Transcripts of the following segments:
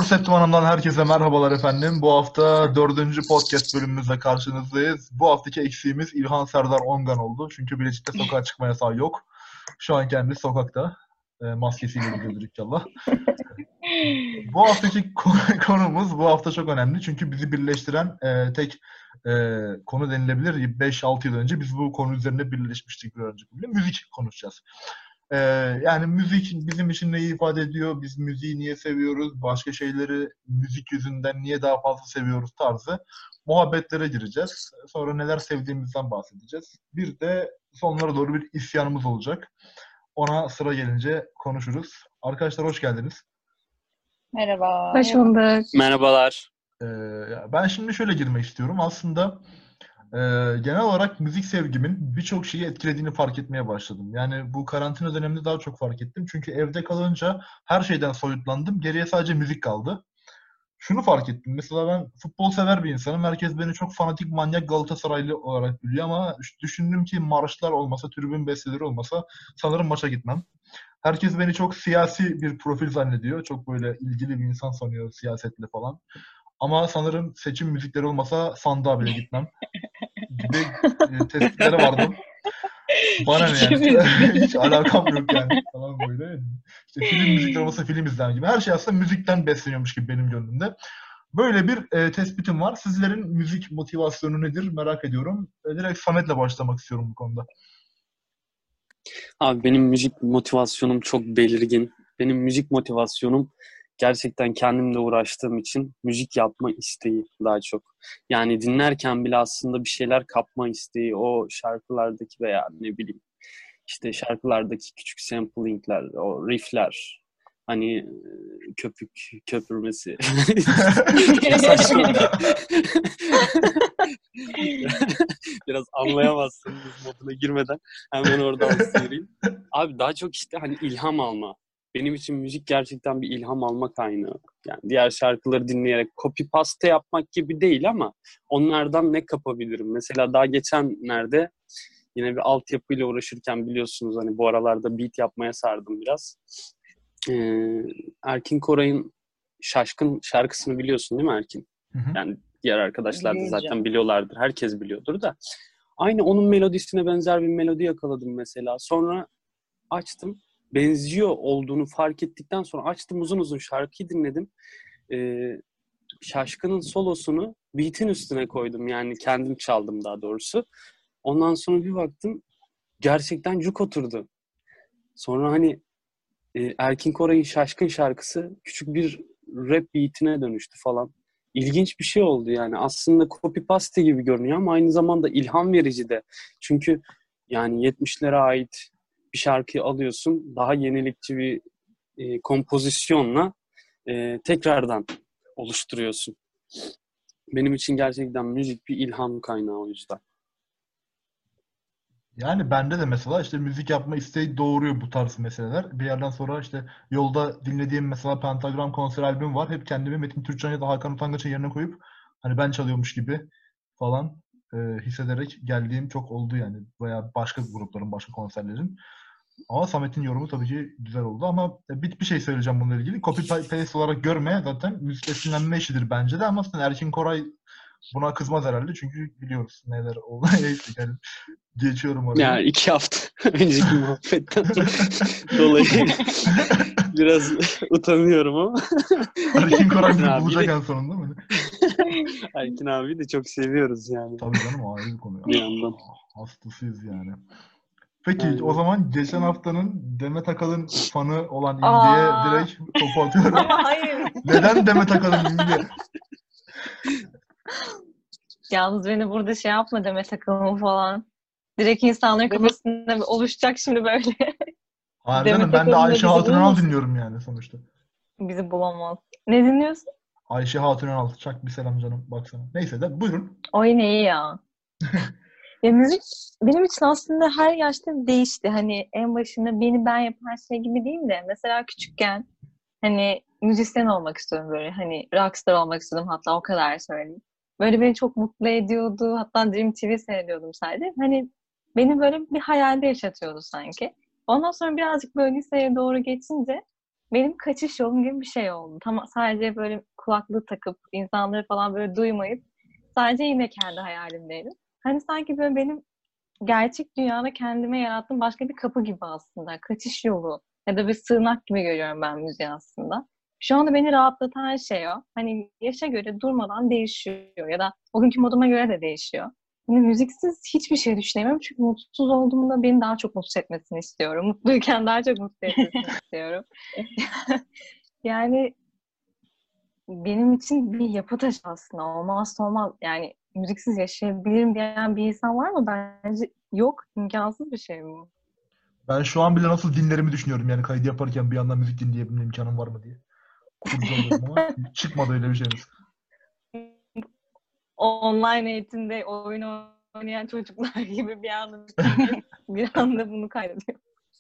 Septman'dan herkese merhabalar efendim. Bu hafta dördüncü podcast bölümümüzle karşınızdayız. Bu haftaki eksiğimiz İlhan Serdar Ongan oldu. Çünkü Bilecik'te sokağa çıkma yasağı yok. Şu an kendisi sokakta. Maskesiyle gidiyordur inşallah. Bu haftaki konumuz bu hafta çok önemli. Çünkü bizi birleştiren tek konu denilebilir. 5-6 yıl önce biz bu konu üzerine birleşmiştik bir önceki bölüm. Müzik konuşacağız. Yani müzik bizim için neyi ifade ediyor? Biz müziği niye seviyoruz? Başka şeyleri müzik yüzünden niye daha fazla seviyoruz tarzı muhabbetlere gireceğiz. Sonra neler sevdiğimizden bahsedeceğiz. Bir de sonlara doğru bir isyanımız olacak. Ona sıra gelince konuşuruz. Arkadaşlar hoş geldiniz. Merhaba. Hoş bulduk. Merhabalar. Ben şimdi şöyle girmek istiyorum. Aslında genel olarak müzik sevgimin birçok şeyi etkilediğini fark etmeye başladım. Yani bu karantina döneminde daha çok fark ettim. Çünkü evde kalınca her şeyden soyutlandım. Geriye sadece müzik kaldı. Şunu fark ettim. Mesela ben futbol sever bir insanım. Herkes beni çok fanatik, manyak Galatasaraylı olarak biliyor ama düşündüm ki marşlar olmasa, tribün besteleri olmasa sanırım maça gitmem. Herkes beni çok siyasi bir profil zannediyor. Çok böyle ilgili bir insan sanıyor siyasetle falan. Ama sanırım seçim müzikleri olmasa sandığa bile gitmem gibi tespitlere vardım. Bana ne yani? Hiç alakam yok yani falan böyle. İşte film müzikleri olmasa film izler gibi. Her şey aslında müzikten besleniyormuş gibi benim gönlümde. Böyle bir tespitim var. Sizlerin müzik motivasyonu nedir merak ediyorum. Direkt Samet'le başlamak istiyorum bu konuda. Abi benim müzik motivasyonum çok belirgin. Benim müzik motivasyonum gerçekten kendimle uğraştığım için müzik yapma isteği daha çok. Yani dinlerken bile aslında bir şeyler kapma isteği, o şarkılardaki veya ne bileyim işte şarkılardaki küçük samplingler, o riffler, hani köpürmesi. Biraz anlayamazsınız moduna girmeden hemen oradan sıyırayım. Abi daha çok işte hani ilham alma. Benim için müzik gerçekten bir ilham alma kaynağı. Yani diğer şarkıları dinleyerek copy paste yapmak gibi değil ama onlardan ne kapabilirim? Mesela daha geçenlerde yine bir altyapıyla uğraşırken biliyorsunuz hani bu aralarda beat yapmaya sardım biraz. Erkin Koray'ın Şaşkın şarkısını biliyorsun değil mi Erkin? Hı hı. Yani diğer arkadaşlar da zaten biliyorlardır. Herkes biliyordur da. Aynı onun melodisine benzer bir melodi yakaladım mesela. Sonra açtım. Benziyor olduğunu fark ettikten sonra açtım uzun uzun şarkıyı dinledim. Şaşkın'ın solosunu beat'in üstüne koydum. Yani kendim çaldım daha doğrusu. Ondan sonra bir baktım gerçekten cuk oturdu. Sonra hani Erkin Koray'ın Şaşkın şarkısı küçük bir rap beat'ine dönüştü falan. İlginç bir şey oldu yani. Aslında copy paste gibi görünüyor ama aynı zamanda ilham verici de. Çünkü yani 70'lere ait bir şarkıyı alıyorsun. Daha yenilikçi bir kompozisyonla tekrardan oluşturuyorsun. Benim için gerçekten müzik bir ilham kaynağı o yüzden. Yani bende de mesela işte müzik yapma isteği doğuruyor bu tarz meseleler. Bir yerden sonra işte yolda dinlediğim mesela Pentagram konser albümü var. Hep kendimi Metin Türkçen ya da Hakan Utangaç'ın yerine koyup hani ben çalıyormuş gibi falan hissederek geldiğim çok oldu yani. Veya başka grupların, başka konserlerin. Ama Samet'in yorumu tabii ki güzel oldu ama bir şey söyleyeceğim bununla ilgili. Copy paste olarak görme zaten müzik esinlenme işidir bence de ama aslında Erkin Koray buna kızmaz herhalde çünkü biliyoruz neler oldu. Neyse yani geçiyorum orayı. Yani 2 hafta önceki muhabbetten dolayı biraz utanıyorum ama. Erkin Koray bizi Abi bulacak de- en sonunda mı? Erkin abi de çok seviyoruz yani Tabii canım o ayrı bir konu ya. bir yandan. Hastasıyız yani. Peki o Aynen. zaman geçen haftanın Demet Akalın fanı olan İlgi'ye Aa. direkt topu atıyorum. Hayır. Neden Demet Akalın İlgi? Yalnız beni burada şey yapma deme takılma falan. Direkt insanların kafasında oluşacak şimdi böyle. Hayır Demet canım ben de Akalın'la Ayşe bizi Hatun Önal bulmasın. dinliyorum yani sonuçta. Bizi bulamaz. Ne dinliyorsun? Ayşe Hatun Önal. Çak bir selam canım baksana. Neyse de buyurun. O yine iyi ya. Ya müzik benim için aslında her yaşta değişti. Hani en başında beni ben yapan şey gibi değil de mesela küçükken hani müzisyen olmak istiyorum böyle. Hani rockstar olmak istedim hatta o kadar söyleyeyim. Böyle beni çok mutlu ediyordu. Hatta Dream TV seyrediyordum sadece. Hani beni böyle bir hayalde yaşatıyordu sanki. Ondan sonra birazcık böyle liseye doğru geçince benim kaçış yolum gibi bir şey oldu. Sadece böyle kulaklığı takıp insanları falan böyle duymayıp sadece yine kendi hayalimdeydim. Hani sanki böyle benim gerçek dünyada kendime yarattığım başka bir kapı gibi aslında. Kaçış yolu ya da bir sığınak gibi görüyorum ben müziği aslında. Şu anda beni rahatlatan şey o. Hani yaşa göre durmadan değişiyor ya da o günkü moduma göre de değişiyor. Hani müziksiz hiçbir şey düşünemiyorum çünkü mutsuz olduğumda beni daha çok mutsuz etmesini istiyorum. Mutluyken daha çok mutlu etmesini istiyorum. Yani benim için bir yapı taşı aslında. Olmazsa olmaz. Yani müziksiz yaşayabilirim diyen bir insan var mı? Bence yok. İmkansız bir şey bu. Ben şu an bile nasıl dinlerimi düşünüyorum yani kaydı yaparken bir yandan müzik dinleyebilme imkanım var mı diye. Kurcalıyorum ama çıkmadı öyle bir şeyimiz. Online eğitimde oyun oynayan çocuklar gibi bir anda dinleyip bir anda bunu kaydediyor.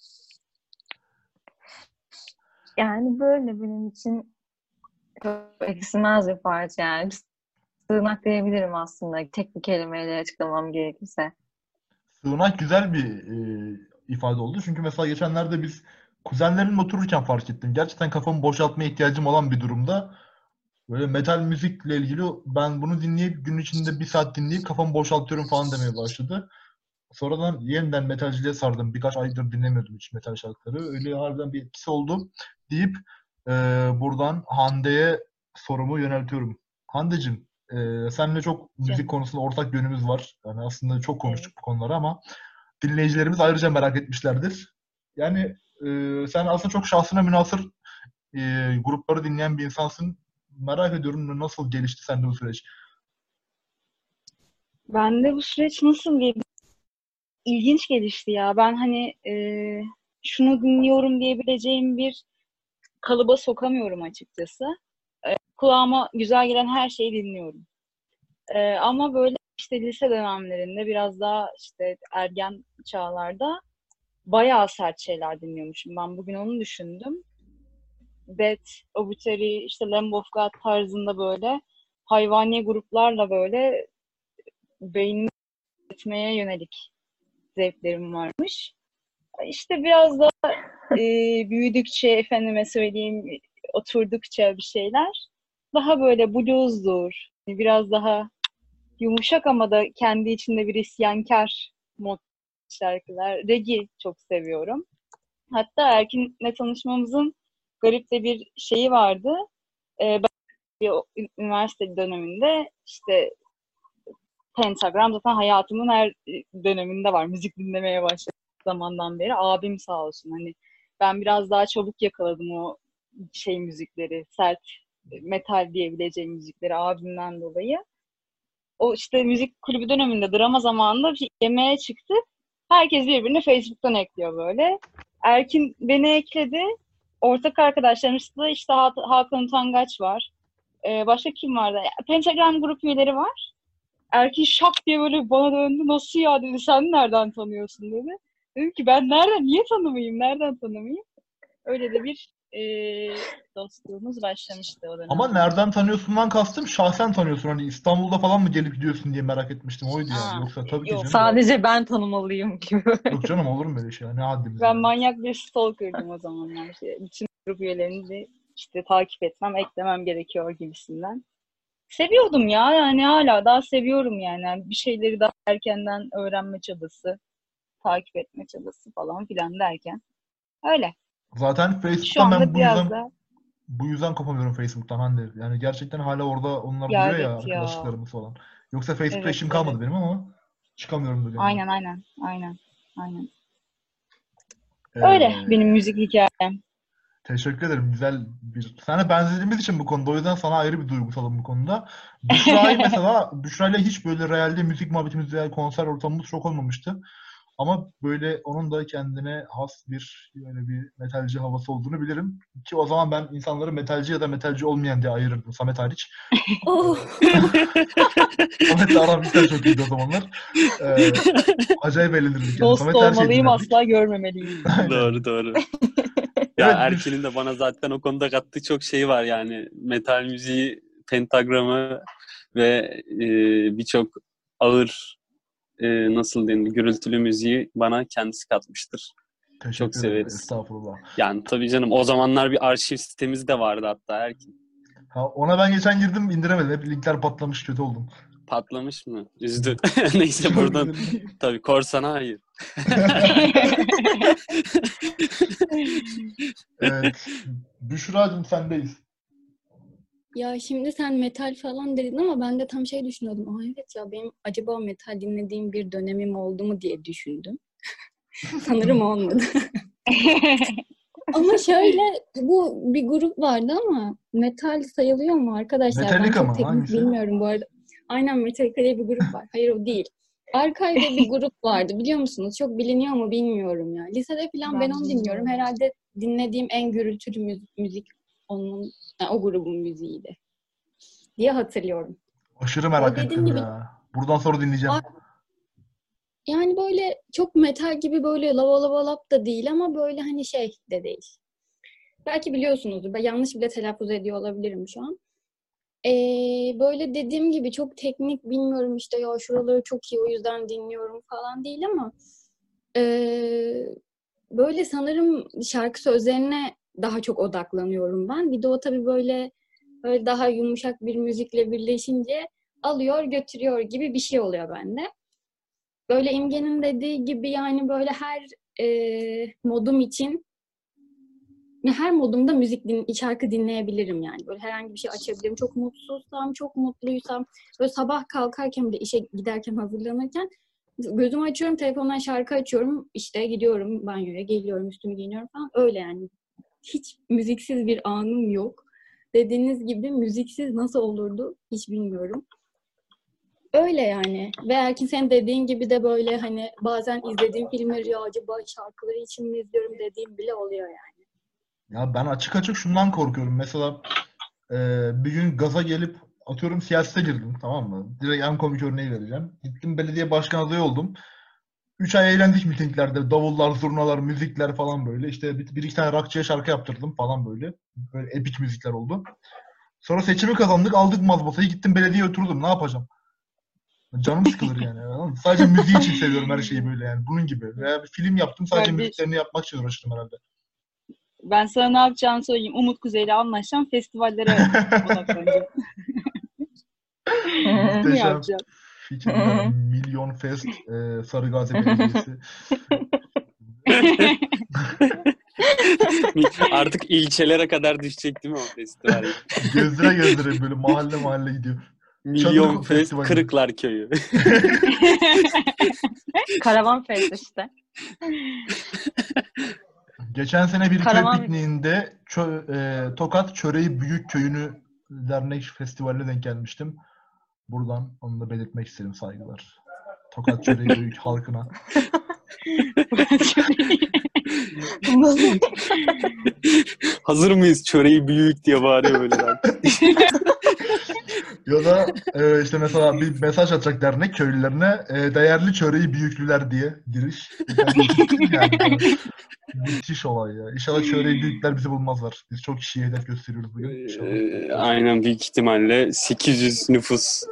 Yani böyle benim için çok eksilmez bir parça yani. Bir sığınak diyebilirim aslında. Tek bir kelimeyle açıklamam gerekirse. Sığınak güzel bir ifade oldu. Çünkü mesela geçenlerde biz kuzenlerimle otururken fark ettim. Gerçekten kafamı boşaltmaya ihtiyacım olan bir durumda. Böyle metal müzikle ilgili ben bunu dinleyip gün içinde bir saat dinleyip kafamı boşaltıyorum falan demeye başladı. Sonradan yeniden metalciliğe sardım. Birkaç aydır dinlemiyordum hiç metal şarkıları. Öyle harbiden bir etkisi oldu deyip buradan Hande'ye sorumu yöneltiyorum. Hande'cim, seninle çok müzik Canım. konusunda ortak yönümüz var. Yani aslında çok Evet. konuştuk bu konuları ama dinleyicilerimiz ayrıca merak etmişlerdir. Yani sen aslında çok şahsına münhasır grupları dinleyen bir insansın. Merak ediyorum nasıl gelişti sende bu süreç? Bende bu süreç nasıl ilginç gelişti ya. Ben hani şunu dinliyorum diyebileceğim bir kalıba sokamıyorum açıkçası. Kulağıma güzel gelen her şeyi dinliyorum. Ama böyle işte lise dönemlerinde biraz daha işte ergen çağlarda bayağı sert şeyler dinliyormuşum. Ben bugün onu düşündüm. Death, Obituary, işte Lamb of God tarzında böyle hayvani gruplarla böyle beynini etmeye yönelik zevklerim varmış. İşte biraz da büyüdükçe, efendime söyleyeyim, oturdukça bir şeyler daha böyle bluesdur, biraz daha yumuşak ama da kendi içinde bir isyankar mod şarkılar. Reggae çok seviyorum. Hatta Erkin'le tanışmamızın garip de bir şeyi vardı. Ben bir üniversite döneminde işte Pentagram zaten hayatımın her döneminde var. Müzik dinlemeye başladığım zamandan beri. Abim sağ olsun. Hani ben biraz daha çabuk yakaladım o şey müzikleri, sert metal diyebileceğim müzikleri abimden dolayı. O işte müzik kulübü döneminde drama zamanında bir yemeğe çıktık. Herkes birbirini Facebook'tan ekliyor böyle. Erkin beni ekledi. Ortak arkadaşlarımızda işte Hakan Utangaç var. Başka kim vardı? Pentagram grup üyeleri var. Erkin şak diye böyle bana döndü. Nasıl ya dedi, sen nereden tanıyorsun dedi. Dedim ki ben niye tanımayayım, nereden tanımayayım? Öyle de bir dostluğumuz başlamıştı o Ama dönemlerde. nereden tanıyorsundan kastım şahsen tanıyorsun. Hani İstanbul'da falan mı gelip gidiyorsun diye merak etmiştim. Oydu yani. Aa, Yoksa tabii ki yok canım. yok. Sadece ben tanımalıyım gibi. Yok canım olur mu böyle şey? Ne haddimize Ben yani. manyak bir stalker'dım o zamanlar. İşte bütün grup üyelerini işte takip etmem, eklemem gerekiyor gibisinden. Seviyordum ya, yani hala daha seviyorum yani. Yani bir şeyleri daha erkenden öğrenme çabası, takip etme çabası falan filan derken. Öyle. Zaten Şu Facebook'tan ben anda bu biraz yüzden da bu yüzden kopamıyorum Facebook'tan Hande. Yani gerçekten hala orada onlar ya duruyor ya evet ya. arkadaşlıklarımız falan. Yoksa Facebook'ta Evet işim evet. kalmadı benim ama çıkamıyorum da bir yandan. Aynen aynen. Aynen. Aynen. Öyle Ee, benim müzik hikayem. Teşekkür ederim. Güzel bir... Sana benzediğimiz için bu konuda. O yüzden sana ayrı bir duygusalım bu konuda. Büşra'yı mesela, Büşra'yla hiç böyle realde müzik muhabbetimiz veya konser ortamımız çok olmamıştı. Ama böyle onun da kendine has bir böyle bir metalci havası olduğunu bilirim. Ki o zaman ben insanları metalci ya da metalci olmayan diye ayırırdım. Samet hariç. Oh. Samet'le aram cidden çok iyiydi o zamanlar. Ee, Acayip eğlenirdik yani. Dost Samet'le her şeyi olmalıyım, asla dinlerdik. görmemeliyim. Aynen. Doğru doğru. Ya Evet Erkin'in de bana zaten o konuda kattığı çok şey var yani. Metal müziği, pentagramı ve birçok ağır nasıl denir gürültülü müziği bana kendisi katmıştır. Teşekkür ederim. severiz. Estağfurullah. Yani tabii canım, o zamanlar bir arşiv sitemiz de vardı hatta Erkin. Ha, ona ben geçen girdim, indiremedim. Hep linkler patlamış, kötü oldum. Patlamış mı? Üzdü. Neyse Çok buradan üzüldüm. tabii korsana hayır. Evet. Büşra'cığım sendeyiz. Ya şimdi sen metal falan dedin ama ben de tam şey düşünüyordum. Aa evet ya, benim acaba metal dinlediğim bir dönemim oldu mu diye düşündüm. Sanırım olmadı. Ama şöyle, bu bir grup vardı ama metal sayılıyor mu arkadaşlar? Ben Metallica çok mı? teknik Hangisi? bilmiyorum bu arada. Aynen, Metallica diye bir grup var. Hayır, o değil. Archive diye bir grup vardı, biliyor musunuz? Çok biliniyor mu bilmiyorum ya. Lisede falan ben onu dinliyorum. Herhalde dinlediğim en gürültülü müzik onun, yani o grubun müziğiydi diye hatırlıyorum. Aşırı merak dediğim ettim gibi- ya. Buradan sonra dinleyeceğim. Yani böyle çok metal gibi böyle lava lava lap da değil ama böyle hani şey de değil. Belki biliyorsunuzdur. Ben yanlış bile telaffuz ediyor olabilirim şu an. Böyle dediğim gibi çok teknik, bilmiyorum işte ya şuraları çok iyi o yüzden dinliyorum falan değil ama böyle sanırım şarkı sözlerine daha çok odaklanıyorum ben. Bir de o tabii böyle daha yumuşak bir müzikle birleşince alıyor götürüyor gibi bir şey oluyor bende. Böyle İmge'nin dediği gibi yani böyle her modum için, her modumda şarkı dinleyebilirim yani. Böyle herhangi bir şey açabilirim. Çok mutsuzsam, çok mutluysam, böyle sabah kalkarken bile işe giderken hazırlanırken gözümü açıyorum, telefondan şarkı açıyorum. İşte gidiyorum banyoya, geliyorum, üstümü giyiniyorum falan. Öyle yani. Hiç müziksiz bir anım yok. Dediğiniz gibi müziksiz nasıl olurdu hiç bilmiyorum. Öyle yani. Ve Erkin, senin dediğin gibi de böyle hani bazen izlediğim filmleri ya acaba şarkıları için mi izliyorum dediğim bile oluyor yani. Ya ben açık açık şundan korkuyorum. Mesela bir gün gaza gelip atıyorum siyasete girdim, tamam mı? Direkt en komik örneği vereceğim. Gittim belediye başkan adayı oldum. 3 ay eğlendik mitinglerde. Davullar, zurnalar, müzikler falan böyle. İşte bir iki tane rockçıya şarkı yaptırdım falan böyle. Böyle epik müzikler oldu. Sonra seçimi kazandık, aldık mazbatayı, gittim belediyeye oturdum. Ne yapacağım? Canım sıkılır yani. Anladın mı? Sadece müziği için seviyorum her şeyi böyle yani. Bunun gibi. Veya bir film yaptım, sadece Kardeş. müziklerini yapmak için uğraşırım herhalde. Ben sana ne yapacağını söyleyeyim. Umut Kuzey'le anlaşacağım. Festivallere odaklanacağım. Bunu Muhteşem yapacağım. fikirler. Milyon Fest, Sarıgazi Belediyesi. Artık ilçelere kadar düşecek değil mi o festival? Gezdire gezdire böyle mahalle mahalle gidiyor. Milyon Çadır Fest, festivali. Kırıklar Köyü. Karavan Fest işte. Geçen sene bir köy Karavan- pikniğinde Tokat Çöreği Büyük Köyünü Dernek Festivali'ne denk gelmiştim. Buradan onu da belirtmek isterim, saygılar. Tokat Çöreği Büyük halkına. Hazır mıyız? Çöreği büyük diye bağırıyor böyle. Ya da işte mesela bir mesaj atacak dernek köylülerine, değerli çöreği büyüklüler diye giriş. Yani falan. Müthiş olay ya. İnşallah çöreği büyükler bizi bulmazlar. Biz çok kişiye hedef gösteriyoruz bugün. İnşallah. Aynen, büyük ihtimalle 800 nüfus.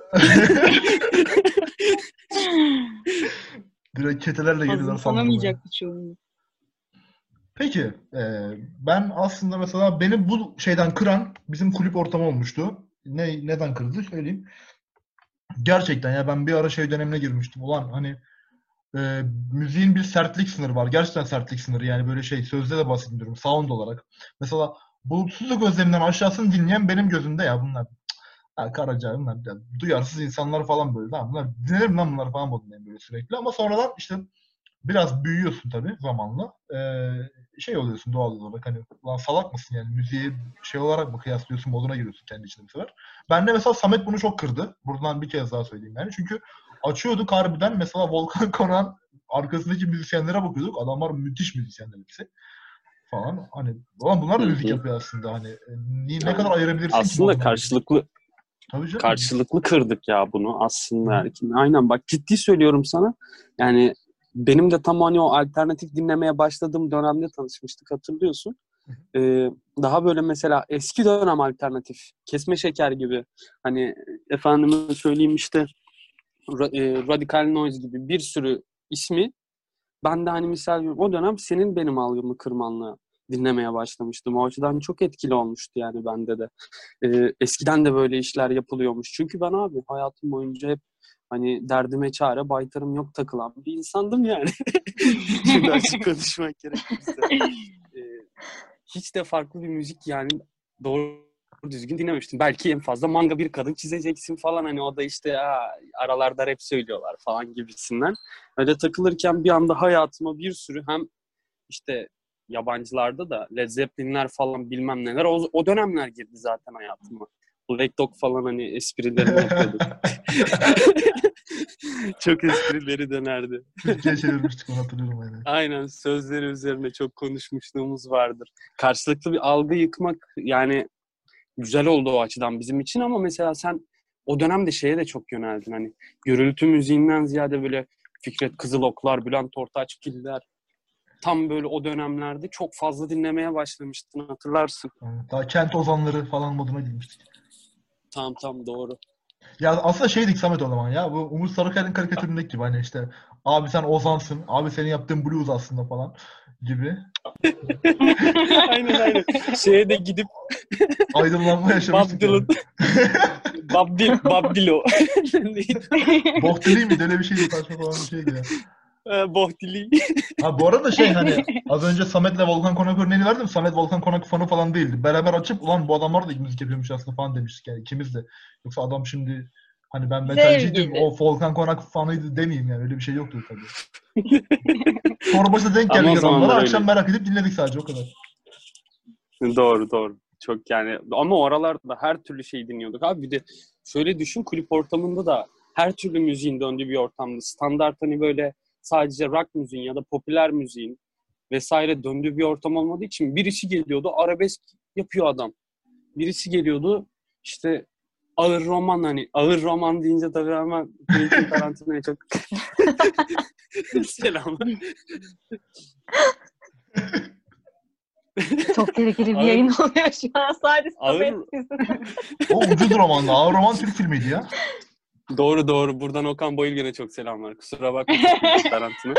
Direkt ketelerle geliyorlar saldırmaya. Hazırlanamayacak bir çoğunluk. Peki, ben aslında mesela beni bu şeyden kıran bizim kulüp ortamı olmuştu. Neden kırdı söyleyeyim. Gerçekten ya, ben bir ara şey dönemine girmiştim. Ulan hani müziğin bir sertlik sınırı var. Gerçekten sertlik sınırı, yani böyle şey, sözde de bahsetmiyorum, sound olarak. Mesela Bulutsuzluk Özlemi'nden aşağısını dinleyen benim gözümde ya bunlar Karaca, bunlar ya, duyarsız insanlar falan böyle. Lan bunlar dinlerim lan bunlar falan modundayım böyle sürekli. Ama sonradan işte biraz büyüyorsun tabii zamanla. Şey oluyorsun doğal olarak, hani lan salak mısın yani, müziği şey olarak mı kıyaslıyorsun moduna giriyorsun kendi içinde bu sefer. Ben de mesela Samet bunu çok kırdı. Buradan bir kez daha söyleyeyim yani. Çünkü açıyorduk harbiden, mesela Volkan Konan arkasındaki müzisyenlere bakıyorduk. Adamlar müthiş müzisyenler hepsi falan. Hani ulan bunlar da müzik yapıyor aslında, hani ne kadar ayırabilirsin ki Aslında moduna? Tabii canım. karşılıklı kırdık ya bunu aslında Erkin. Aynen, bak ciddi söylüyorum sana. Yani benim de tam hani o alternatif dinlemeye başladığım dönemde tanışmıştık, hatırlıyorsun. Daha böyle mesela eski dönem alternatif, Kesme Şeker gibi, hani efendime söyleyeyim işte Radical Noise gibi bir sürü ismi Ben de hani misal o dönem senin benim algımı kırmanla dinlemeye başlamıştım. O açıdan çok etkili olmuştu yani bende de. Eskiden de böyle işler yapılıyormuş. Çünkü ben abi hayatım boyunca hep hani derdime çare, baytarım yok takılan bir insandım yani. Şimdi açık konuşmak gerekirse. Hiç de farklı bir müzik yani doğru düzgün dinlememiştim. Belki en fazla manga bir kadın çizeceksin falan, hani o da işte aralarda rap söylüyorlar falan gibisinden. Öyle takılırken bir anda hayatıma bir sürü hem işte yabancılarda da Led Zeppelin'ler falan bilmem neler o dönemler girdi zaten hayatıma. Black Dog falan hani esprilerini yapıyorduk. Çok esprileri dönerdi. Türkiye çevirmiştik, onu hatırlıyorum yani. Aynen, sözleri üzerine çok konuşmuşluğumuz vardır. Karşılıklı bir algı yıkmak yani güzel oldu o açıdan bizim için, ama mesela sen o dönemde şeye de çok yöneldin. Hani gürültü müziğinden ziyade böyle Fikret Kızıloklar, Bülent Ortaçgiller, tam böyle o dönemlerde çok fazla dinlemeye başlamıştın, hatırlarsın. Daha kent ozanları falan moduna girmiştik. Tam doğru. Ya aslında şeydik Samet o zaman ya. Bu Umut Sarıkaya'nın karikatüründeki gibi hani işte abi sen ozansın, abi senin yaptığın blues aslında falan gibi. aynen. Şeye de gidip Aydınlanma yaşamıştık yani. Bob Dylan. Bob Dylan miydi? Öyle bir şeydi, saçma falan bir şeydi ya. Bob Dylan. Ha bu arada şey hani az önce Samet'le Volkan Konak örneğini verdim. Samet Volkan Konak fanı falan değildi. Beraber açıp ulan bu adamlar da müzik yapıyormuş aslında falan demiştik yani ikimiz de. Yoksa adam şimdi hani ben metalciydim, Sevgili. o Volkan Konak fanıydı demeyeyim yani, öyle bir şey yoktu tabii. Sonra başta denk Ama o geldik adamlara, zamanlar akşam öyle. merak edip dinledik sadece, o kadar. Doğru. Çok yani, ama o aralarda her türlü şey dinliyorduk abi. Bir de şöyle düşün, kulüp ortamında da her türlü müziğin döndüğü bir ortamda standart hani böyle sadece rock müziğin ya da popüler müziğin vesaire döndüğü bir ortam olmadığı için birisi geliyordu arabesk yapıyor adam. Birisi geliyordu işte ağır roman, hani ağır roman deyince tabii hemen Quentin Tarantino'ya çok selam. Çok tehlikeli bir yayın oluyor şu an. Sadece Samet yüzünden. O ucuz romandı. Ağır roman Türk filmiydi ya. Doğru. Buradan Okan Bayülgen'e çok selamlar. Kusura bakma Tarantino.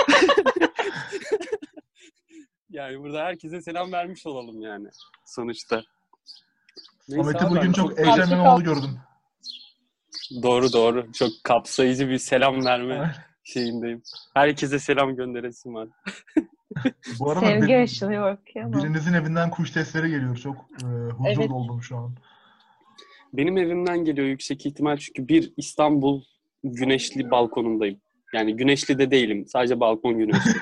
Yani burada herkese selam vermiş olalım yani sonuçta. Neyse Samet'i abi, bugün ben çok Tatlı Ecem İmamoğlu gördüm. Doğru. Çok kapsayıcı bir selam verme Aynen. şeyindeyim. Herkese selam gönderesim var. Bu arada Sevgi aşılıyor ki ama. birinizin evinden kuş sesleri geliyor. Çok huzur Evet. doldum şu an. Benim evimden geliyor yüksek ihtimal, çünkü bir İstanbul güneşli balkonundayım. Yani güneşli de değilim. Sadece balkon güneşli.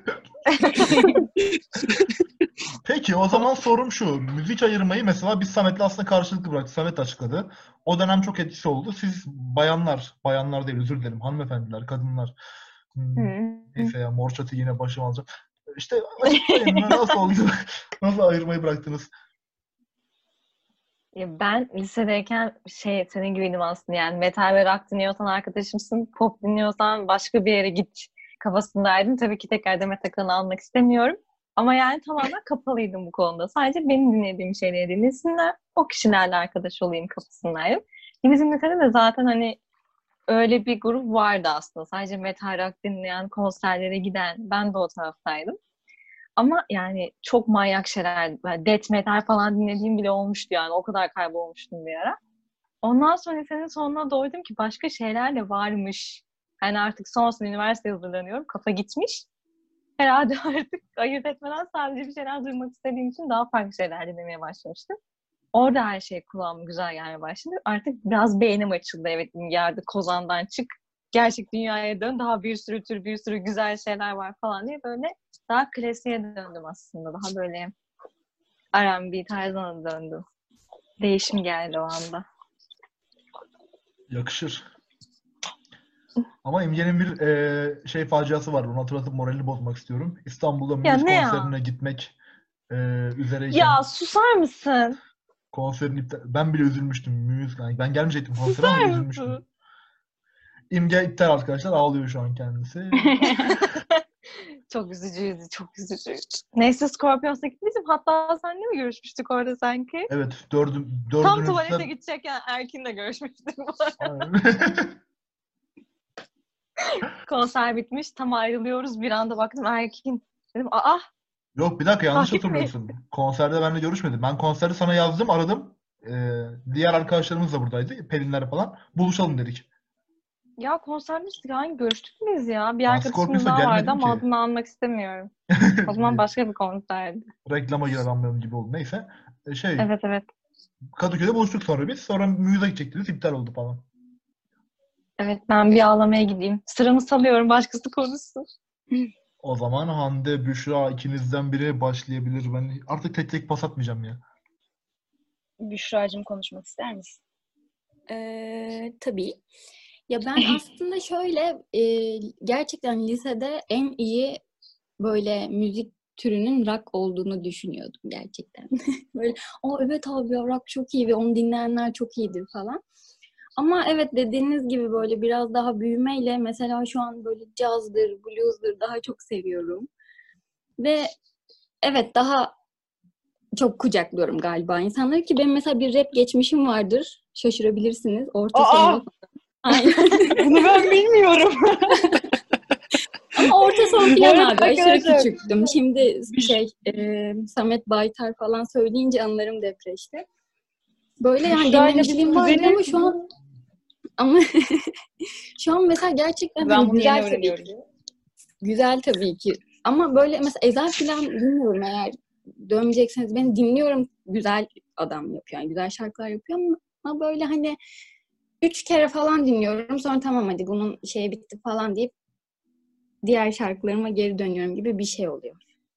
Peki o zaman sorum şu. Müzik ayırmayı mesela biz Samet'le aslında karşılıklı bıraktık. Samet açıkladı. O dönem çok etkisi oldu. Siz bayanlar değil, özür dilerim. Hanımefendiler, kadınlar. Neyse ya, mor çatı yine başıma alacağım. İşte açıklayın nasıl oldu? Nasıl ayırmayı bıraktınız? Ya ben lisedeyken senin gibiydim aslında, yani metal ve rock dinliyorsan arkadaşımsın, pop dinliyorsan başka bir yere git kafasındaydım. Tabii ki tekrar Demet Akalın'ı almak istemiyorum. Ama yani tamamen kapalıydım bu konuda. Sadece benim dinlediğim şeyleri dinlesinler, o kişilerle arkadaş olayım kafasındaydım. Bizim lisede de zaten hani öyle bir grup vardı aslında. Sadece metal rock dinleyen, konserlere giden, ben de o taraftaydım. Ama yani çok manyak şeyler, yani death metal falan dinlediğim bile olmuştu yani. O kadar kaybolmuştum bir ara. Ondan sonra senin sonuna doğdum ki başka şeyler de varmış. Yani artık son sene üniversiteye hazırlanıyorum. Kafa gitmiş. Herhalde artık ayırt etmeden sadece bir şeyler duymak istediğim için daha farklı şeyler dinlemeye başlamıştım. Orada her şey kulağıma güzel gelmeye başladı. Artık biraz beynim açıldı. Evet, yerde kozandan çık. Gerçek dünyaya dön. Daha bir sürü tür, bir sürü güzel şeyler var falan diye böyle daha klasiğe döndüm aslında. Daha böyle R&B tarzına döndüm. Değişim geldi o anda. Yakışır. Ama İmge'nin bir faciası var. Onu hatırlatıp moralini bozmak istiyorum. İstanbul'da Muse konserine gitmek üzereyken. Ya susar mısın? Konserin ben bile üzülmüştüm. Muse, yani ben gelmeyecektim konsere ama üzülmüştüm. İmge iptal arkadaşlar. Ağlıyor şu an kendisi. Çok üzücüydü. Neyse, Scorpions'a gitmiştim. Hatta seninle mi görüşmüştük orada sanki? Evet. Tam tuvalete gidecekken Erkin'le görüşmüştük. Konser bitmiş. Tam ayrılıyoruz. Bir anda baktım Erkin. Dedim aa Yok bir dakika yanlış takip mi? hatırlıyorsun. Konserde benimle görüşmedin. Ben konserde sana yazdım, aradım. Diğer arkadaşlarımız da buradaydı. Pelinler falan. Buluşalım dedik. Ya konserde işte hangi görüştük biz ya? Bir Ben arkadaşımız Scorpions'a daha vardı gelmedim ama ki. adını almak istemiyorum. O zaman başka bir konserdi. Reklama girer anlayalım gibi oldu. Neyse. Evet evet. Kadıköy'de buluştuk sonra biz. Sonra Muse'a gidecektiniz. İptal oldu falan. Evet ben bir ağlamaya gideyim. Sıramı salıyorum başkası konuşsun. O zaman Hande, Büşra ikinizden biri başlayabilir. Ben artık tek tek pas atmayacağım ya. Büşra'cığım konuşmak ister misin? Tabii. Ya ben aslında şöyle gerçekten lisede en iyi böyle müzik türünün rock olduğunu düşünüyordum gerçekten. Böyle evet abi ya rock çok iyi ve onu dinleyenler çok iyidir falan. Ama evet dediğiniz gibi böyle biraz daha büyümeyle mesela şu an böyle cazdır, blues'dur daha çok seviyorum. Ve evet daha çok kucaklıyorum galiba insanları ki benim mesela bir rap geçmişim vardır. Şaşırabilirsiniz. Orta sonda. Aynen. Bunu ben bilmiyorum. Ama orta son falan Evet, abi. Aşırı arkadaşlar. küçüktüm. Şimdi Samet Baytar falan söyleyince anlarım depreşti. Böyle yani Büşra'yla dinlemişliğim bizim vardı kuzenim. ama ama şu an mesela gerçekten Ben hani bunu güzel yeni tabii öğreniyorum. ki. Güzel tabii ki. Ama böyle mesela Ezel falan bilmiyorum eğer dönmeyecekseniz ben dinliyorum güzel adam yapıyor. Yani güzel şarkılar yapıyor ama böyle hani 3 kere falan dinliyorum. Sonra tamam hadi bunun şeyi bitti falan deyip diğer şarkılarıma geri dönüyorum gibi bir şey oluyor.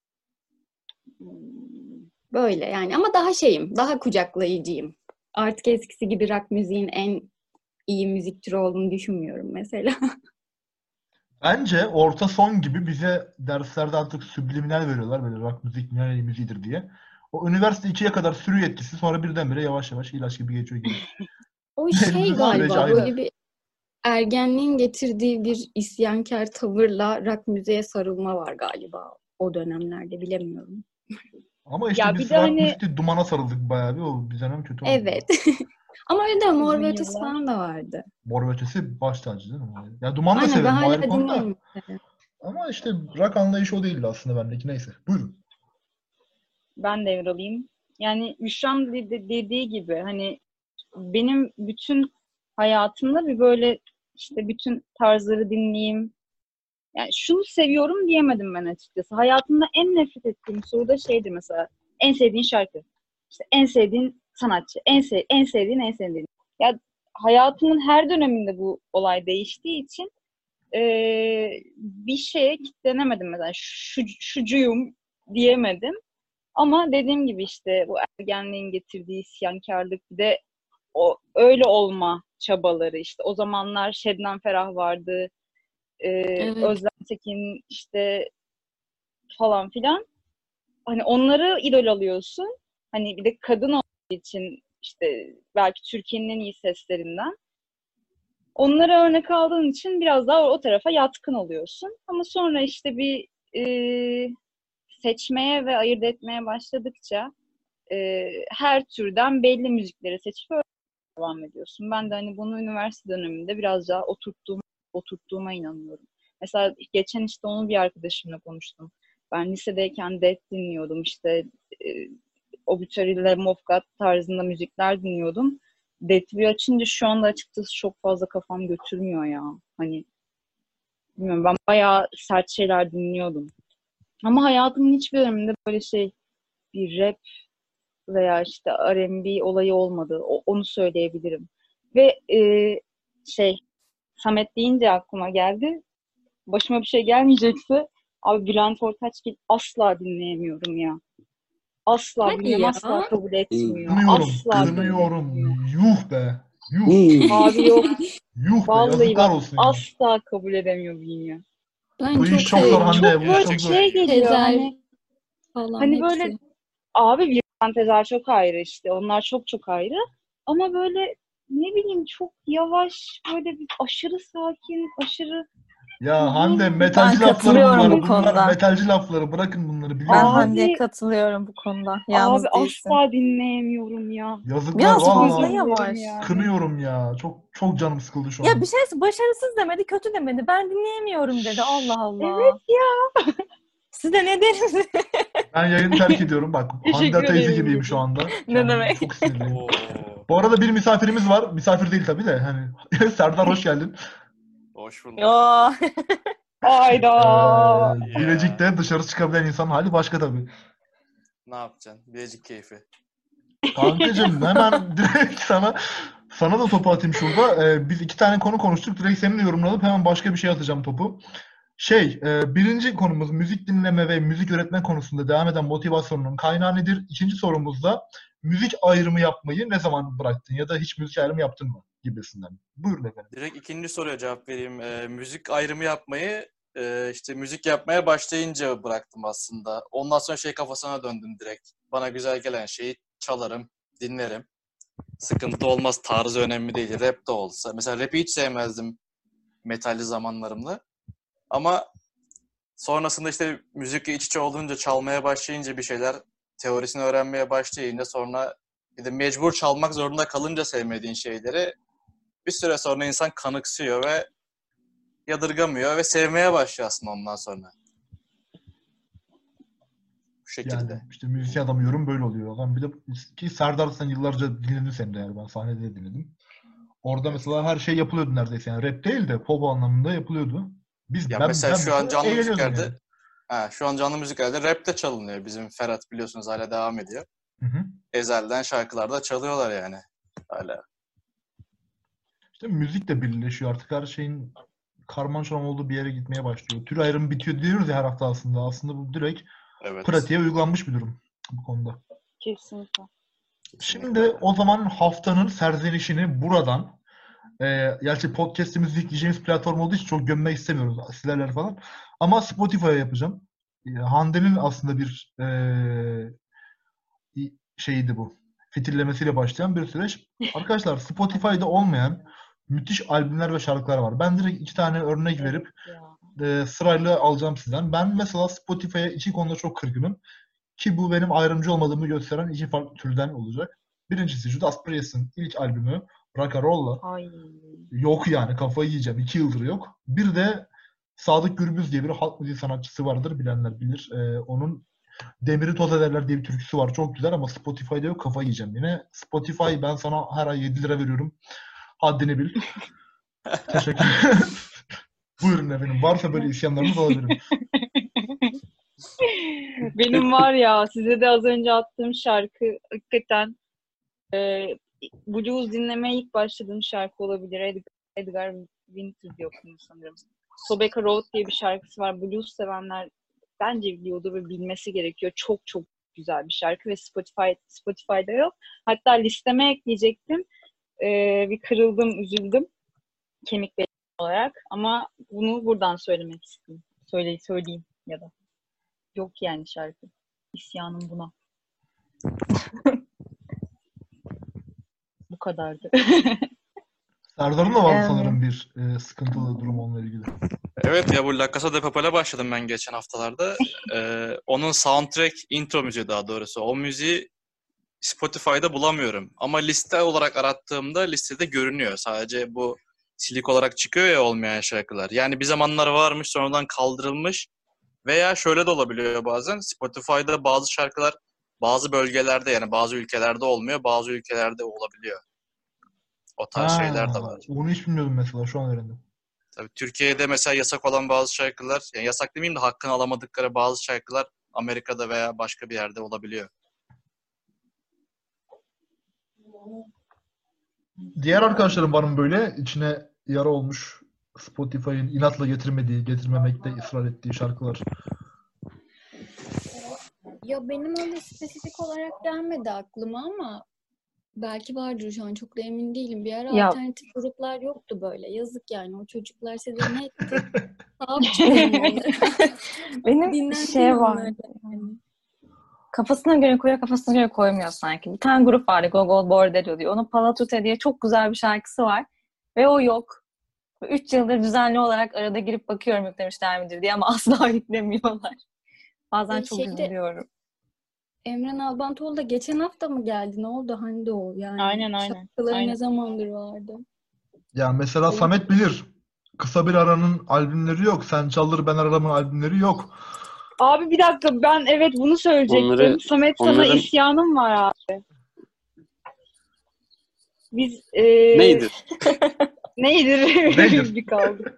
Böyle yani ama daha daha kucaklayıcıyım. Artık eskisi gibi rock müziğin en iyi müzik türü olduğunu düşünmüyorum mesela. Bence orta son gibi bize derslerde artık subliminal veriyorlar. Böyle rock müzik ne müziğidir diye. O üniversite 2'ye kadar sürüyor etkisi. Sonra birdenbire yavaş yavaş ilaç gibi geçiyor gibi. O Hepimizin süreci galiba aynı. böyle bir ergenliğin getirdiği bir isyankar tavırla rock müziğe sarılma var galiba o dönemlerde bilemiyorum. Ama işte Ya bir biz de rock hani müzikte dumana sarıldık bayağı bir. O bir dönem kötü oldu. Evet. Ama öyle de Mor uzun ve Ötesi yıllar. falan da vardı. Mor ve Ötesi baş tacı değil mi? Ya Duman da Aynen ben severim o ayrı hala konu da. dinliyorum mesela. Ama işte rock anlayışı o değildi aslında bendeki. Neyse. Buyurun. Ben devralayım. Yani Büşra'nın dediği gibi hani benim bütün hayatımda bir böyle işte bütün tarzları dinleyeyim. Yani şunu seviyorum diyemedim ben açıkçası. Hayatımda en nefret ettiğim soru da şeydi mesela. En sevdiğin şarkı. İşte en sevdiğin sanatçı. En sevdiğin. Ya hayatımın her döneminde bu olay değiştiği için bir şeye kitlenemedim mesela. Şucuyum diyemedim. Ama dediğim gibi işte bu ergenliğin getirdiği isyankarlık bir de o öyle olma çabaları işte o zamanlar Şebnem Ferah vardı, Evet. Özlem Tekin işte falan filan. Hani onları idol alıyorsun. Hani bir de kadın olduğu için işte belki Türkiye'nin en iyi seslerinden. Onlara örnek aldığın için biraz daha o tarafa yatkın oluyorsun. Ama sonra işte bir seçmeye ve ayırt etmeye başladıkça her türden belli müzikleri seçip öyle devam ediyorsun. Ben de hani bunu üniversite döneminde biraz daha oturttuğuma inanıyorum. Mesela geçen işte onu bir arkadaşımla konuştum. Ben lisedeyken Death dinliyordum işte e, Obituary, Mofgat tarzında müzikler dinliyordum. Death'i açınca şu anda açıkçası çok fazla kafam götürmüyor ya. Hani bilmiyorum ben bayağı sert şeyler dinliyordum. Ama hayatımın hiçbir döneminde böyle bir rap veya işte R&B olayı olmadı. Onu söyleyebilirim. Ve şey Samet deyince aklıma geldi. Başıma bir şey gelmeyecekse abi Bülent Ortaçgil asla dinleyemiyorum ya. Asla Hadi bilmem ya. asla kabul etmiyor. Kınıyorum. Asla kabul Kınıyorum. etmiyor. Yuh be. Yuh. Abi yok. Yuh be. Vallahi Yazıklar bak olsun ya. asla kabul edemiyor bünye. Ben Bu iş çok çok zor severim. Hande. Bu iş Böyle çok zor. geliyor Tezer falan böyle hepsi. abi bir Tezer çok ayrı işte. Onlar çok çok ayrı. Ama böyle ne bileyim çok yavaş böyle bir aşırı sakin, aşırı Ya Hande Ben metalci lafları katılıyorum bunlar. bu Bunlar konuda. metalci lafları. Bırakın bunları Ben biliyorum. Hande'ye Abi, katılıyorum bu konuda. Yalnız abi değilsin. asla dinleyemiyorum ya. Yazıklar Biraz fazla vallahi. yavaş. Üzülüyorum yani. Kınıyorum ya. Çok çok canım sıkıldı şu Ya an. bir şey başarısız demedi, kötü demedi. Ben dinleyemiyorum dedi. Allah Allah. Evet ya. Size ne deriz? Ben yayını terk ediyorum. Bak Hande Teşekkür teyze ederim gibiyim dedi. şu anda. Ne Kendimi demek? çok sinirliyim. Oo. Bu arada bir misafirimiz var. Misafir değil tabii de. Hani Serdar hoş geldin. Hoş bulduk. Yo. Ayda. Ya. Bilecik'te dışarı çıkabilen insanın hali başka tabii. Ne yapacaksın? Bilecik keyfi. Kankacığım hemen direkt sana da topu atayım şurada. Biz iki tane konu konuştuk. Direkt seninle yorumlanıp hemen başka bir şey atacağım topu. Birinci konumuz müzik dinleme ve müzik üretme konusunda devam eden motivasyonunun kaynağı nedir? İkinci sorumuz da müzik ayrımı yapmayı ne zaman bıraktın ya da hiç müzik ayrımı yaptın mı gibisinden. Buyurun efendim. Direkt ikinci soruya cevap vereyim. Müzik ayrımı yapmayı işte müzik yapmaya başlayınca bıraktım aslında. Ondan sonra kafasına döndüm direkt. Bana güzel gelen şeyi çalarım, dinlerim. Sıkıntı olmaz. Tarzı önemli değil. Rap de olsa. Mesela rap'i hiç sevmezdim metalli zamanlarımda. Ama sonrasında işte müzikle iç içe olunca, çalmaya başlayınca bir şeyler, teorisini öğrenmeye başlayınca sonra bir de mecbur çalmak zorunda kalınca sevmediğin şeyleri bir süre sonra insan kanıksıyor ve yadırgamıyor ve sevmeye başlıyor aslında ondan sonra. Bu şekilde. Yani işte müzisyen adamı yorum böyle oluyor. Ben bir de ki Serdar sen yıllarca dinledin seni de yani ben sahnede de dinledim. Orada mesela her şey yapılıyordu neredeyse yani rap değil de pop anlamında yapılıyordu. Ya Ben mesela şu an canlı eğleniyordum müziklerde yani. şu an canlı müziklerde rap de çalınıyor. Bizim Ferhat biliyorsunuz hala devam ediyor. Hı hı. Ezel'den şarkılarda çalıyorlar yani hala. İşte müzik de birleşiyor artık her şeyin karman çorman olduğu bir yere gitmeye başlıyor. Tür ayrımı bitiyor diyoruz ya her hafta aslında. Aslında bu direkt Evet. pratiğe uygulanmış bir durum bu konuda. Kesinlikle. Şimdi o zaman haftanın serzenişini buradan gerçi podcast'imizi yükleyeceğimiz platform olduğu için çok gömmek istemiyoruz silerler falan. Ama Spotify'a yapacağım. Hande'nin aslında bir şeydi bu. Fitillemesiyle başlayan bir süreç. Arkadaşlar Spotify'da olmayan müthiş albümler ve şarkılar var. Ben direkt iki tane örnek verip sırayla alacağım sizden. Ben mesela Spotify'a iki konuda çok kırgınım. Ki bu benim ayrımcı olmadığımı gösteren iki farklı türden olacak. Birincisi Judas Priest'in ilk albümü Rock'n'Rolla. Ay. Yok yani kafayı yiyeceğim. 2 yıldır yok. Bir de Sadık Gürbüz diye bir halk müziği sanatçısı vardır. Bilenler bilir. Onun Demiri Toz Ederler diye bir türküsü var. Çok güzel ama Spotify'da yok. Kafayı yiyeceğim yine. Spotify ben sana her ay 7 lira veriyorum. Haddini bil. Teşekkür ederim. Buyurun efendim. Varsa böyle isyanlarınız olabilirim. Benim var ya size de az önce attığım şarkı hakikaten blues dinlemeye ilk başladığım şarkı olabilir. Edgar Winter diye okunuyor sanırım. Sobeka Road diye bir şarkısı var. Blues sevenler bence biliyordu ve bilmesi gerekiyor. Çok çok güzel bir şarkı ve Spotify'da yok. Hatta listeme ekleyecektim. Bir kırıldım, üzüldüm. Kemik benim olarak. Ama bunu buradan söylemek istedim. Söyleyeyim ya da. Yok yani şarkı. İsyanım buna. Bu kadardı. Serdar'ın da vardı Yani. sanırım bir sıkıntılı durum onunla ilgili. Evet ya bu La Casa de Papel'e başladım ben geçen haftalarda. Onun soundtrack intro müziği daha doğrusu. O müziği Spotify'da bulamıyorum. Ama liste olarak arattığımda listede görünüyor. Sadece bu silik olarak çıkıyor ya olmayan şarkılar. Yani bir zamanlar varmış sonradan kaldırılmış. Veya şöyle de olabiliyor bazen. Spotify'da bazı şarkılar bazı bölgelerde yani bazı ülkelerde olmuyor. Bazı ülkelerde olabiliyor. O tarz şeyler de var. Onu hiç bilmiyordum mesela. Şu an öğrendim. Tabii Türkiye'de mesela yasak olan bazı şarkılar, yani yasak demeyeyim de hakkını alamadıkları bazı şarkılar Amerika'da veya başka bir yerde olabiliyor. Diğer arkadaşlarım var mı böyle içine yara olmuş Spotify'ın inatla getirmemekte ısrar ettiği şarkılar? Ya benim öyle spesifik olarak gelmedi aklıma ama belki vardır şu an çok da emin değilim. Bir ara Ya. alternatif gruplar yoktu böyle. Yazık yani o çocuklar size ne etti? Sahip çıkıyorum onlara. Benim Dinlensin var. onlar da yani. Kafasına göre koyuyor, kafasına göre koymuyor sanki. Bir tane grup vardı, Gogol Bordello diyor. Onun Palatute diye çok güzel bir şarkısı var. Ve o yok. 3 yıldır düzenli olarak arada girip bakıyorum yüklemişler midir diye ama asla yüklemiyorlar. Bazen çok üzülüyorum. Emre Nalbantoğlu da geçen hafta mı geldi? Ne oldu? Hani o yani. Aynen. Şarkıları Aynen. ne zamandır vardı? Ya mesela Samet bilir. Kısa bir aranın albümleri yok. Sen Çaldır Ben Ararım'ın albümleri yok. Abi bir dakika, ben evet bunu söyleyecektim. Samet sana onların- isyanım var abi. Biz Neydi? Neydir? Neydir? Bir kaldık.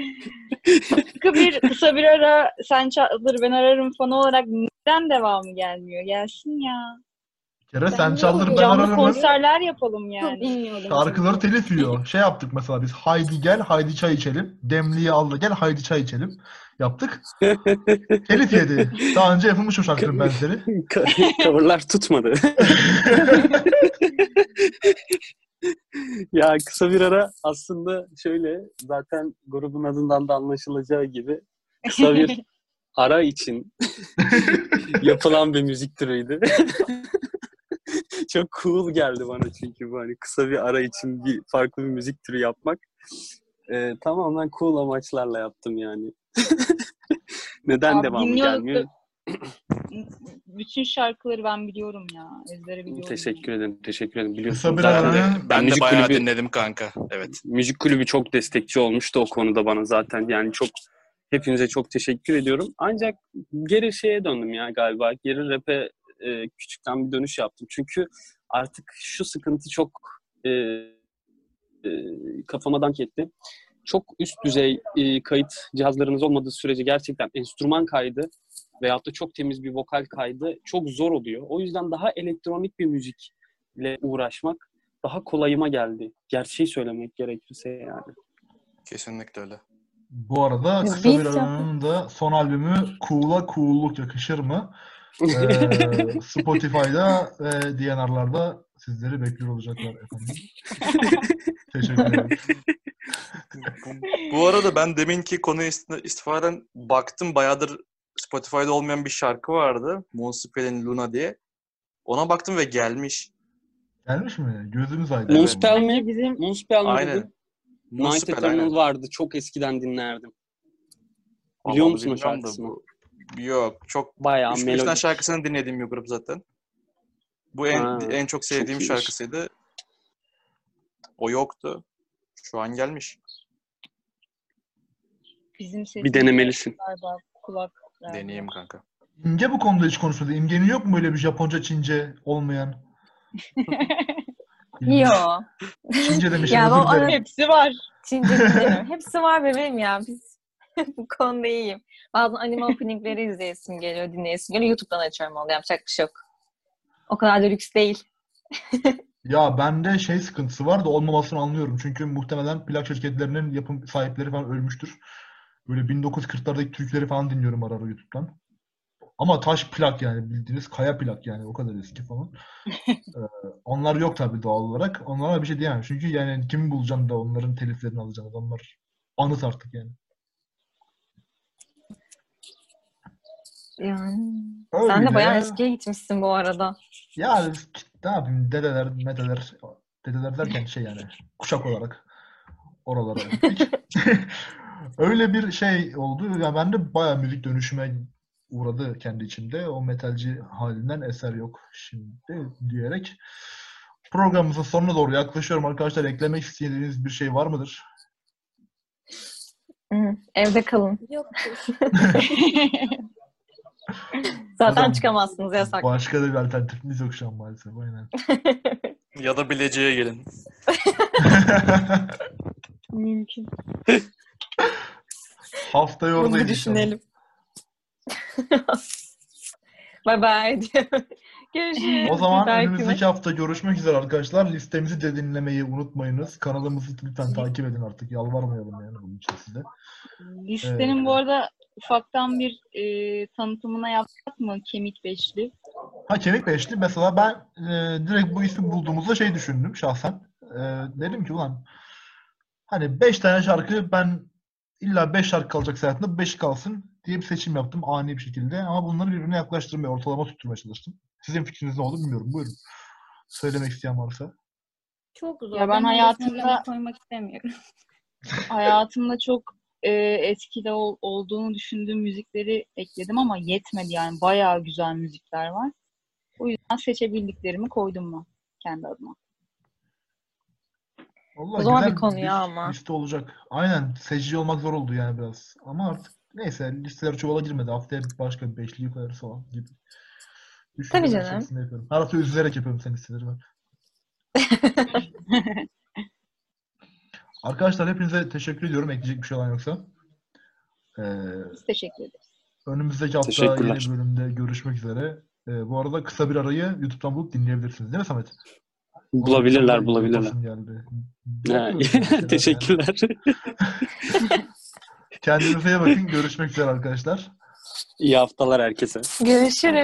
Kısa bir ara Sen Çaldır Ben Ararım fanı olarak neden devamı gelmiyor? Gelsin ya. Bir kere Ben Sen de Çaldır Ben Canlı Ararım'ın konserler yapalım Çok yani. bilmiyordum. şarkıları çünkü. telif yiyor. Şey yaptık mesela biz. Haydi gel, haydi çay içelim. Demliği al da gel, haydi çay içelim. Yaptık. Telif yedi. Daha önce yapılmış o şarkının benzeri. Coverlar tutmadı. Ya kısa bir ara aslında şöyle, zaten grubun adından da anlaşılacağı gibi kısa bir ara için yapılan bir müzik türüydü. Çok cool geldi bana çünkü bu hani kısa bir ara için bir farklı bir müzik türü yapmak. Tamamen cool amaçlarla yaptım yani. Neden Abi devamı dinliyorduk gelmiyor? da bütün şarkıları ben biliyorum ya. Ezbere biliyorum. Teşekkür ederim. Biliyorsunuz Kısa bir zaten aranın Ben de müzik bayağı kulübü- dinledim kanka. Evet. müzik kulübü çok destekçi olmuştu o konuda bana zaten. Yani çok hepinize çok teşekkür ediyorum. Ancak geri şeye döndüm ya galiba. Geri rap'e küçükten bir dönüş yaptım. Çünkü artık şu sıkıntı çok kafama dank etti. Çok üst düzey kayıt cihazlarınız olmadığı sürece gerçekten enstrüman kaydı veyahut da çok temiz bir vokal kaydı çok zor oluyor. O yüzden daha elektronik bir müzikle uğraşmak daha kolayıma geldi. Gerçeği söylemek gerekirse yani. Kesinlikle öyle. Bu arada Kısa Beat Bir Aranın da son albümü Cool'a Cool'luk yakışır mı? Spotify'da ve DNR'larda sizleri bekliyor olacaklar efendim. Teşekkür ederim. Bu arada ben deminki konuya istifadeden baktım. Bayağıdır Spotify'da olmayan bir şarkı vardı. Municipal'in Luna diye. Ona baktım ve gelmiş. Gelmiş mi? Gözümüz aydın. Moonspell mi? Bence bizim Moonspell mi Aynen. dedin? Night Municipal Eternal aynen. vardı. Çok eskiden dinlerdim. Biliyor Vallahi musun o bilmiyorum da şarkısını? Yok. Çok Bayağı 3-5 melodi. tane şarkısını dinlediğim bir grup zaten. Bu Ha, en çok sevdiğim iyiymiş. şarkısıydı. O yoktu. Şu an gelmiş. bizim sesimiz Bir denemelisin. galiba kulak verdi. Deneyeyim kanka. İmge bu konuda hiç konuşmadı. İmge'nin yok mu böyle bir Japonca, Çince olmayan? Yok. Çince demişim, Ya özür o dilerim. Hepsi var. Çince dinlemiyorum. Hepsi var bebeğim ya. Biz bu konuda iyiyim. Bazen anime openingleri izleyesim geliyor, dinleyesim geliyor. YouTube'dan açıyorum onu. Yapacak bir şey yok. O kadar da lüks değil. Ya bende şey sıkıntısı var da olmamasını anlıyorum. Çünkü muhtemelen plak şirketlerinin yapım sahipleri falan ölmüştür. Böyle 1940'lardaki Türkleri falan dinliyorum ara ara YouTube'dan. Ama taş plak yani bildiğiniz kaya plak yani o kadar eski falan. Onlar yok tabii doğal olarak. Onlara bir şey diyemem. Çünkü yani kimi bulacaksın da onların teliflerini alacaksın. Adamlar anıt artık yani. Yani. Sen de Öyle. bayağı eskiye gitmişsin bu arada. Ya ne yapayım dedeler, medeler, dedeler derken şey yani kuşak olarak oralara gittik. Öyle bir şey oldu. Ya ben de bayağı müzik dönüşüme uğradı kendi içimde. O metalci halinden eser yok şimdi diyerek programımızın sonuna doğru yaklaşıyorum arkadaşlar. Eklemek istediğiniz bir şey var mıdır? Evde kalın. Yoktur. Zaten Zaten çıkamazsınız, yasak. Başka da bir alternatifimiz yok şu an maalesef. Aynen. Ya da Bilecik'e gelin. Mümkün. Haftaya Bunu bir oradayız inşallah. düşünelim. Bye bye diyorum. Görüşürüz. O zaman Belki önümüzdeki hafta görüşmek üzere arkadaşlar. Listemizi de dinlemeyi unutmayınız. Kanalımızı lütfen takip edin artık. Yalvarmayalım yani bunun için size. Listenin bu arada ufaktan bir tanıtımına yaptık mı? Kemik Beşli. Ha Kemik Beşli mesela ben direkt bu ismi bulduğumuzda şey düşündüm şahsen. Dedim ki ulan hani 5 tane şarkı ben illa 5 şarkı kalacak hayatımda 5 kalsın diye bir seçim yaptım ani bir şekilde. Ama bunları birbirine yaklaştırmaya, ortalama tutturmaya çalıştım. Sizin fikriniz ne oldu bilmiyorum. Buyurun. Söylemek isteyen varsa. Çok zor. Ya ben öyle hayatımda- sınırlama koymak istemiyorum. hayatımda çok etkili olduğunu düşündüğüm müzikleri ekledim ama yetmedi yani. Bayağı güzel müzikler var. O yüzden seçebildiklerimi koydum ben kendi adıma. Vallahi Zor bir güzel konu bir ya ama. liste olacak. Aynen. Seçici olmak zor oldu yani biraz. Ama artık neyse listeler çuvala girmedi. Haftaya başka bir beşliği koyarız falan gibi. Tabii Düşünceler canım. içerisinde yapıyorum. Her hafta üzülerek yapıyorum senin listeleri ben. Arkadaşlar hepinize teşekkür ediyorum. Ekleyecek bir şey olan yoksa. Ee, Biz teşekkür ederiz. önümüzdeki hafta Teşekkürler. yeni bir bölümde görüşmek üzere. Bu arada kısa bir arayı YouTube'dan bulup dinleyebilirsiniz. Değil mi Samet? Bulabilirler, Onu bulabilirler. yapasım geldi. Ha, Yapıyoruz böyle şeyler yani. teşekkürler. Kendinize iyi bakın. Görüşmek üzere arkadaşlar. İyi haftalar herkese. Görüşürüz.